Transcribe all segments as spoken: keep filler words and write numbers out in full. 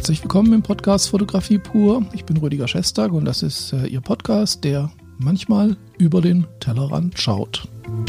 Herzlich willkommen im Podcast Fotografie pur. Ich bin Rüdiger Schestag und das ist äh, Ihr Podcast, der manchmal über den Tellerrand schaut.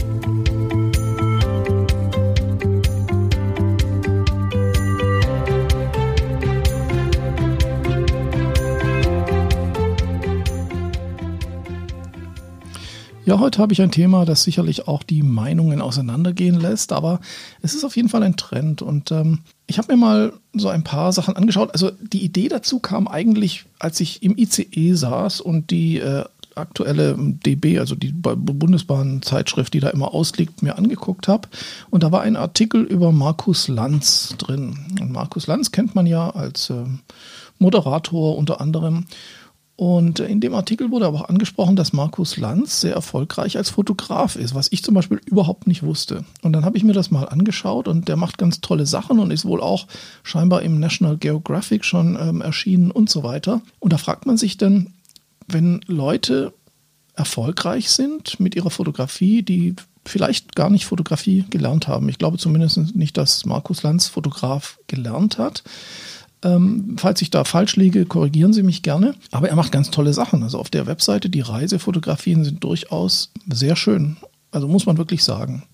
Ja, heute habe ich ein Thema, das sicherlich auch die Meinungen auseinandergehen lässt, aber es ist auf jeden Fall ein Trend und ähm, ich habe mir mal so ein paar Sachen angeschaut. Also die Idee dazu kam eigentlich, als ich im I C E saß und die äh, aktuelle D B, also die Bundesbahn-Zeitschrift, die da immer ausliegt, mir angeguckt habe. Und da war ein Artikel über Markus Lanz drin. Und Markus Lanz kennt man ja als äh, Moderator unter anderem. Und in dem Artikel wurde aber auch angesprochen, dass Markus Lanz sehr erfolgreich als Fotograf ist, was ich zum Beispiel überhaupt nicht wusste. Und dann habe ich mir das mal angeschaut und der macht ganz tolle Sachen und ist wohl auch scheinbar im National Geographic schon ähm, erschienen und so weiter. Und da fragt man sich dann, wenn Leute erfolgreich sind mit ihrer Fotografie, die vielleicht gar nicht Fotografie gelernt haben. Ich glaube zumindest nicht, dass Markus Lanz Fotograf gelernt hat. Ähm, falls ich da falsch liege, korrigieren Sie mich gerne. Aber er macht ganz tolle Sachen. Also auf der Webseite, die Reisefotografien sind durchaus sehr schön. Also muss man wirklich sagen.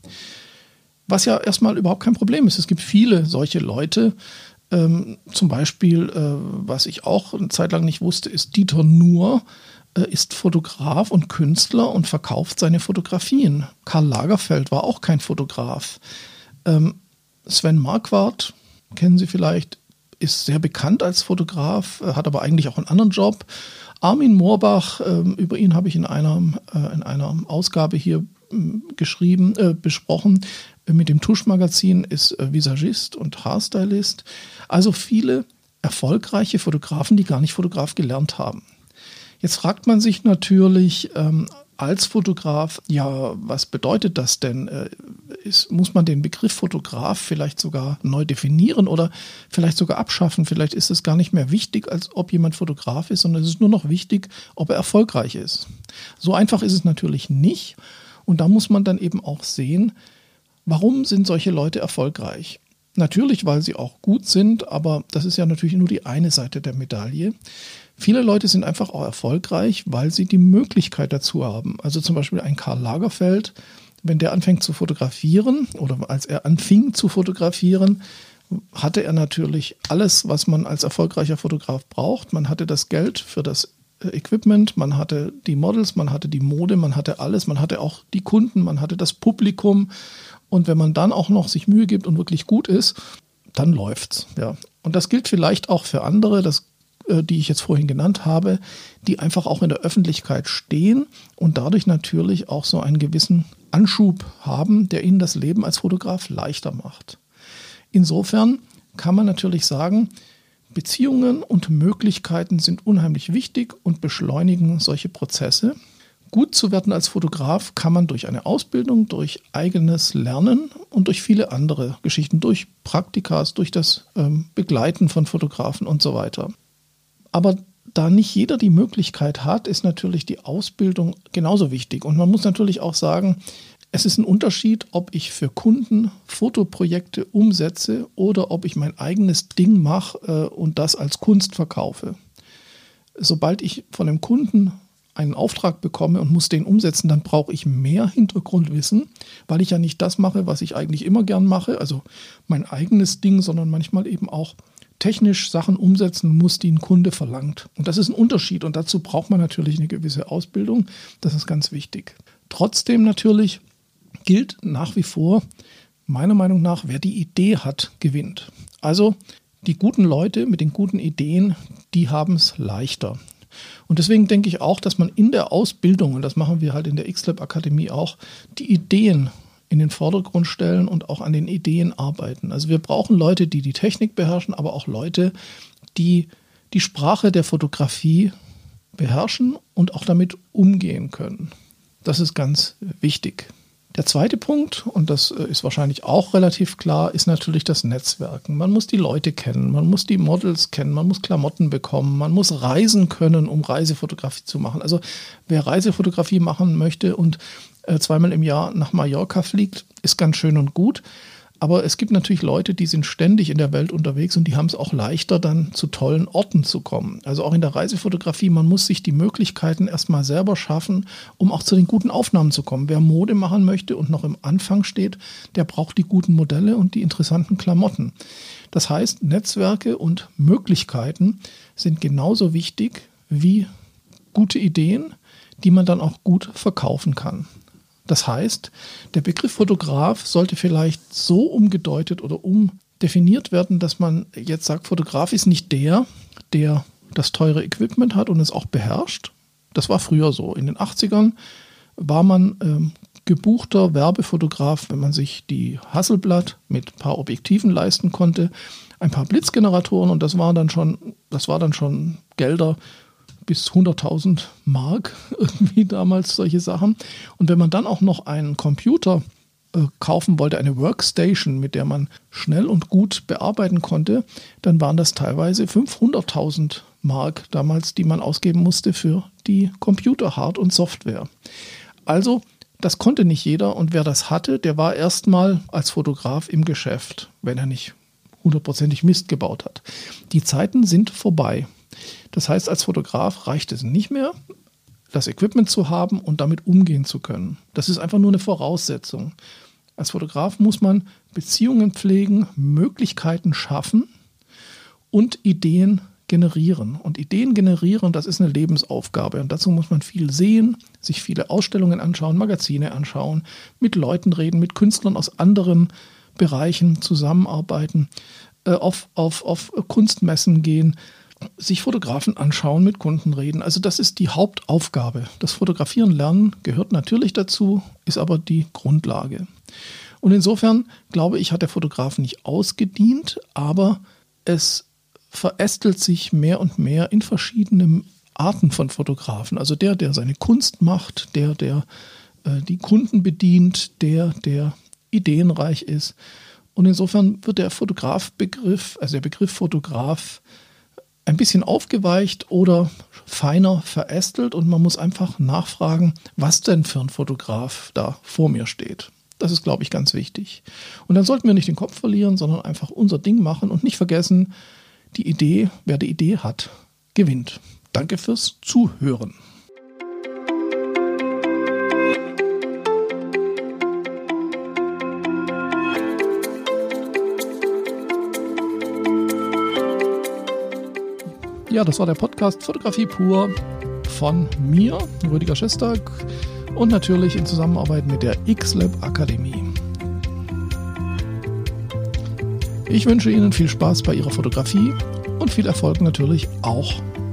Was ja erstmal überhaupt kein Problem ist. Es gibt viele solche Leute. Ähm, zum Beispiel, äh, was ich auch eine Zeit lang nicht wusste, ist Dieter Nuhr äh, ist Fotograf und Künstler und verkauft seine Fotografien. Karl Lagerfeld war auch kein Fotograf. Ähm, Sven Marquardt, kennen Sie vielleicht, ist sehr bekannt als Fotograf, hat aber eigentlich auch einen anderen Job. Armin Moorbach, über ihn habe ich in einer, in einer Ausgabe hier geschrieben, äh, besprochen. Mit dem Tusch-Magazin ist Visagist und Haarstylist. Also viele erfolgreiche Fotografen, die gar nicht Fotograf gelernt haben. Jetzt fragt man sich natürlich ähm, als Fotograf, ja, was bedeutet das denn? Äh, ist, muss man den Begriff Fotograf vielleicht sogar neu definieren oder vielleicht sogar abschaffen? Vielleicht ist es gar nicht mehr wichtig, als ob jemand Fotograf ist, sondern es ist nur noch wichtig, ob er erfolgreich ist. So einfach ist es natürlich nicht. Und da muss man dann eben auch sehen, warum sind solche Leute erfolgreich? Natürlich, weil sie auch gut sind, aber das ist ja natürlich nur die eine Seite der Medaille. Viele Leute sind einfach auch erfolgreich, weil sie die Möglichkeit dazu haben. Also zum Beispiel ein Karl Lagerfeld, wenn der anfängt zu fotografieren oder als er anfing zu fotografieren, hatte er natürlich alles, was man als erfolgreicher Fotograf braucht. Man hatte das Geld für das Equipment, man hatte die Models, man hatte die Mode, man hatte alles, man hatte auch die Kunden, man hatte das Publikum. Und wenn man dann auch noch sich Mühe gibt und wirklich gut ist, dann läuft's. Ja. Und das gilt vielleicht auch für andere, das die ich jetzt vorhin genannt habe, die einfach auch in der Öffentlichkeit stehen und dadurch natürlich auch so einen gewissen Anschub haben, der ihnen das Leben als Fotograf leichter macht. Insofern kann man natürlich sagen, Beziehungen und Möglichkeiten sind unheimlich wichtig und beschleunigen solche Prozesse. Gut zu werden als Fotograf kann man durch eine Ausbildung, durch eigenes Lernen und durch viele andere Geschichten, durch Praktikas, durch das ähm, Begleiten von Fotografen und so weiter. Aber da nicht jeder die Möglichkeit hat, ist natürlich die Ausbildung genauso wichtig. Und man muss natürlich auch sagen, es ist ein Unterschied, ob ich für Kunden Fotoprojekte umsetze oder ob ich mein eigenes Ding mache äh, und das als Kunst verkaufe. Sobald ich von einem Kunden einen Auftrag bekomme und muss den umsetzen, dann brauche ich mehr Hintergrundwissen, weil ich ja nicht das mache, was ich eigentlich immer gern mache, also mein eigenes Ding, sondern manchmal eben auch technisch Sachen umsetzen muss, die ein Kunde verlangt. Und das ist ein Unterschied und dazu braucht man natürlich eine gewisse Ausbildung. Das ist ganz wichtig. Trotzdem natürlich gilt nach wie vor, meiner Meinung nach, wer die Idee hat, gewinnt. Also die guten Leute mit den guten Ideen, die haben es leichter. Und deswegen denke ich auch, dass man in der Ausbildung, und das machen wir halt in der X-Lab Akademie auch, die Ideen in den Vordergrund stellen und auch an den Ideen arbeiten. Also wir brauchen Leute, die die Technik beherrschen, aber auch Leute, die die Sprache der Fotografie beherrschen und auch damit umgehen können. Das ist ganz wichtig. Der zweite Punkt, und das ist wahrscheinlich auch relativ klar, ist natürlich das Netzwerken. Man muss die Leute kennen, man muss die Models kennen, man muss Klamotten bekommen, man muss reisen können, um Reisefotografie zu machen. Also wer Reisefotografie machen möchte und äh, zweimal im Jahr nach Mallorca fliegt, ist ganz schön und gut. Aber es gibt natürlich Leute, die sind ständig in der Welt unterwegs und die haben es auch leichter, dann zu tollen Orten zu kommen. Also auch in der Reisefotografie, man muss sich die Möglichkeiten erstmal selber schaffen, um auch zu den guten Aufnahmen zu kommen. Wer Mode machen möchte und noch im Anfang steht, der braucht die guten Modelle und die interessanten Klamotten. Das heißt, Netzwerke und Möglichkeiten sind genauso wichtig wie gute Ideen, die man dann auch gut verkaufen kann. Das heißt, der Begriff Fotograf sollte vielleicht so umgedeutet oder umdefiniert werden, dass man jetzt sagt, Fotograf ist nicht der, der das teure Equipment hat und es auch beherrscht. Das war früher so. In den achtzigern war man ähm, gebuchter Werbefotograf, wenn man sich die Hasselblad mit ein paar Objektiven leisten konnte, ein paar Blitzgeneratoren und das war dann schon, das war dann schon Gelder bis hunderttausend Mark, irgendwie damals solche Sachen. Und wenn man dann auch noch einen Computer äh, kaufen wollte, eine Workstation, mit der man schnell und gut bearbeiten konnte, dann waren das teilweise fünfhunderttausend Mark damals, die man ausgeben musste für die Computer-Hard- und Software. Also, das konnte nicht jeder und wer das hatte, der war erstmal als Fotograf im Geschäft, wenn er nicht hundertprozentig Mist gebaut hat. Die Zeiten sind vorbei. Das heißt, als Fotograf reicht es nicht mehr, das Equipment zu haben und damit umgehen zu können. Das ist einfach nur eine Voraussetzung. Als Fotograf muss man Beziehungen pflegen, Möglichkeiten schaffen und Ideen generieren. Und Ideen generieren, das ist eine Lebensaufgabe. Und dazu muss man viel sehen, sich viele Ausstellungen anschauen, Magazine anschauen, mit Leuten reden, mit Künstlern aus anderen Bereichen zusammenarbeiten, äh, auf, auf, auf Kunstmessen gehen, sich Fotografen anschauen, mit Kunden reden. Also das ist die Hauptaufgabe. Das Fotografieren lernen gehört natürlich dazu, ist aber die Grundlage. Und insofern, glaube ich, hat der Fotograf nicht ausgedient, aber es verästelt sich mehr und mehr in verschiedene Arten von Fotografen. Also der, der seine Kunst macht, der, der äh, die Kunden bedient, der, der ideenreich ist. Und insofern wird der Fotografbegriff, also der Begriff Fotograf, ein bisschen aufgeweicht oder feiner verästelt und man muss einfach nachfragen, was denn für ein Fotograf da vor mir steht. Das ist, glaube ich, ganz wichtig. Und dann sollten wir nicht den Kopf verlieren, sondern einfach unser Ding machen und nicht vergessen, die Idee, wer die Idee hat, gewinnt. Danke fürs Zuhören. Ja, das war der Podcast Fotografie pur von mir, Rüdiger Schestag, und natürlich in Zusammenarbeit mit der X-Lab Akademie. Ich wünsche Ihnen viel Spaß bei Ihrer Fotografie und viel Erfolg natürlich auch